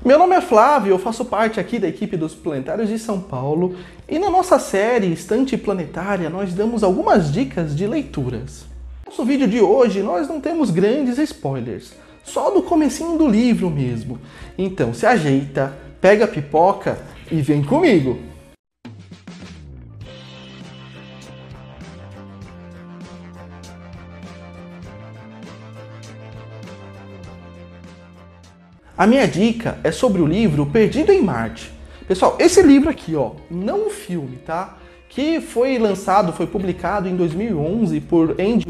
Meu nome é Flávio, eu faço parte aqui da equipe dos Planetários de São Paulo e na nossa série Estante Planetária nós damos algumas dicas de leituras. No nosso vídeo de hoje nós não temos grandes spoilers, só do comecinho do livro mesmo. Então se ajeita, pega a pipoca e vem comigo! A minha dica é sobre o livro Perdido em Marte. Pessoal, esse livro aqui, ó, não o filme, tá? Que foi lançado, foi publicado em 2011 por Andy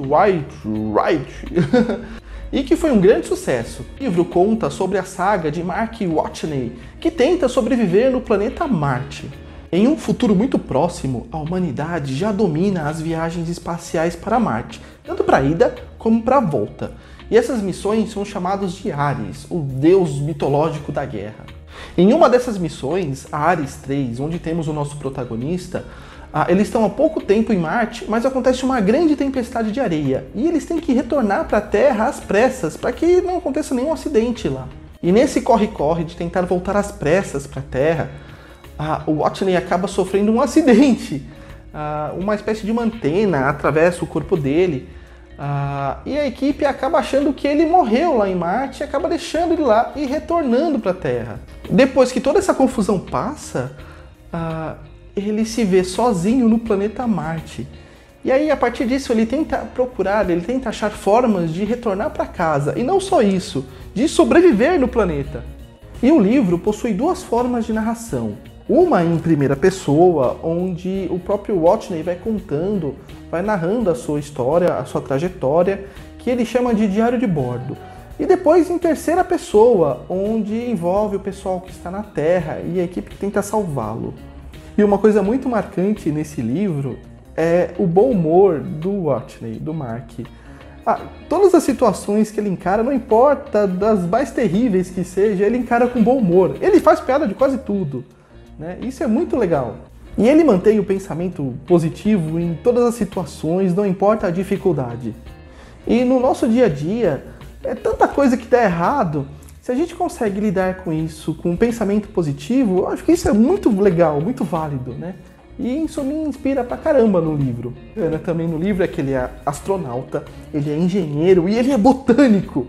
Weir e que foi um grande sucesso. O livro conta sobre a saga de Mark Watney, que tenta sobreviver no planeta Marte. Em um futuro muito próximo, a humanidade já domina as viagens espaciais para Marte, tanto para a ida como para a volta. E essas missões são chamadas de Ares, o deus mitológico da guerra. Em uma dessas missões, a Ares 3, onde temos o nosso protagonista, eles estão há pouco tempo em Marte, mas acontece uma grande tempestade de areia. E eles têm que retornar para a Terra às pressas, para que não aconteça nenhum acidente lá. E nesse corre-corre de tentar voltar às pressas para a Terra, o Watney acaba sofrendo um acidente. Uma espécie de uma antena atravessa o corpo dele. E a equipe acaba achando que ele morreu lá em Marte e acaba deixando ele lá e retornando para a Terra. Depois que toda essa confusão passa, ele se vê sozinho no planeta Marte. E aí, a partir disso, ele tenta achar formas de retornar para casa. E não só isso, de sobreviver no planeta. E o livro possui duas formas de narração. Uma em primeira pessoa, onde o próprio Watney vai narrando a sua história, a sua trajetória, que ele chama de diário de bordo. E depois em terceira pessoa, onde envolve o pessoal que está na Terra e a equipe que tenta salvá-lo. E uma coisa muito marcante nesse livro é o bom humor do Watney, do Mark. Todas as situações que ele encara, não importa das mais terríveis que seja, ele encara com bom humor. Ele faz piada de quase tudo. Isso é muito legal. E ele mantém o pensamento positivo em todas as situações, não importa a dificuldade. E no nosso dia a dia, é tanta coisa que dá errado. Se a gente consegue lidar com isso, com um pensamento positivo, eu acho que isso é muito legal, muito válido, E isso me inspira pra caramba no livro. Também no livro é que ele é astronauta, ele é engenheiro e ele é botânico.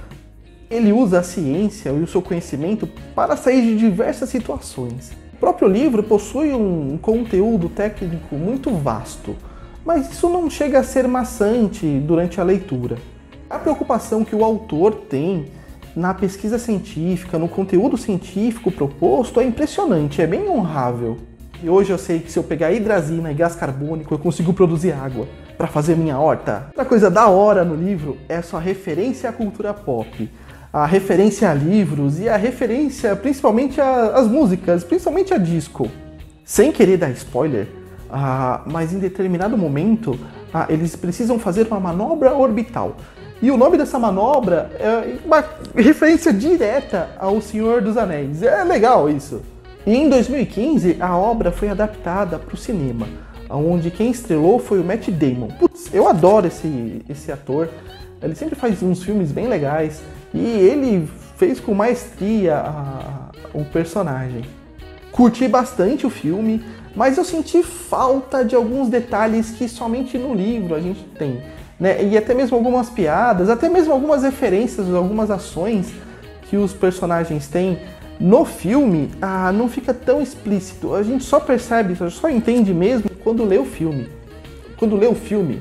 Ele usa a ciência e o seu conhecimento para sair de diversas situações. O próprio livro possui um conteúdo técnico muito vasto, mas isso não chega a ser maçante durante a leitura. A preocupação que o autor tem na pesquisa científica, no conteúdo científico proposto é impressionante, é bem honrável. E hoje eu sei que se eu pegar hidrazina e gás carbônico eu consigo produzir água para fazer minha horta. Outra coisa da hora no livro é a sua referência à cultura pop. A referência a livros e a referência principalmente às músicas, principalmente a disco. Sem querer dar spoiler, mas em determinado momento eles precisam fazer uma manobra orbital. E o nome dessa manobra é uma referência direta ao Senhor dos Anéis. É legal isso. E em 2015 a obra foi adaptada para o cinema, onde quem estrelou foi o Matt Damon. Putz, eu adoro esse ator, ele sempre faz uns filmes bem legais. E ele fez com maestria o personagem. Curti bastante o filme, mas eu senti falta de alguns detalhes que somente no livro a gente tem. E até mesmo algumas piadas, até mesmo algumas referências, algumas ações que os personagens têm no filme, não fica tão explícito. A gente só percebe, só entende mesmo quando lê o filme. Quando lê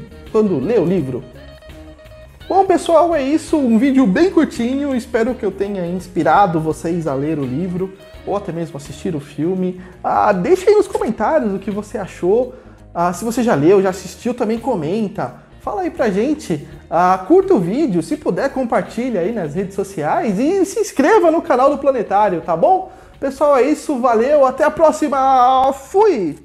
o livro. Bom, pessoal, é isso, um vídeo bem curtinho, espero que eu tenha inspirado vocês a ler o livro, ou até mesmo assistir o filme. Deixa aí nos comentários o que você achou, se você já leu, já assistiu, também comenta, fala aí pra gente, curta o vídeo, se puder compartilha aí nas redes sociais e se inscreva no canal do Planetário, tá bom? Pessoal, é isso, valeu, até a próxima, fui!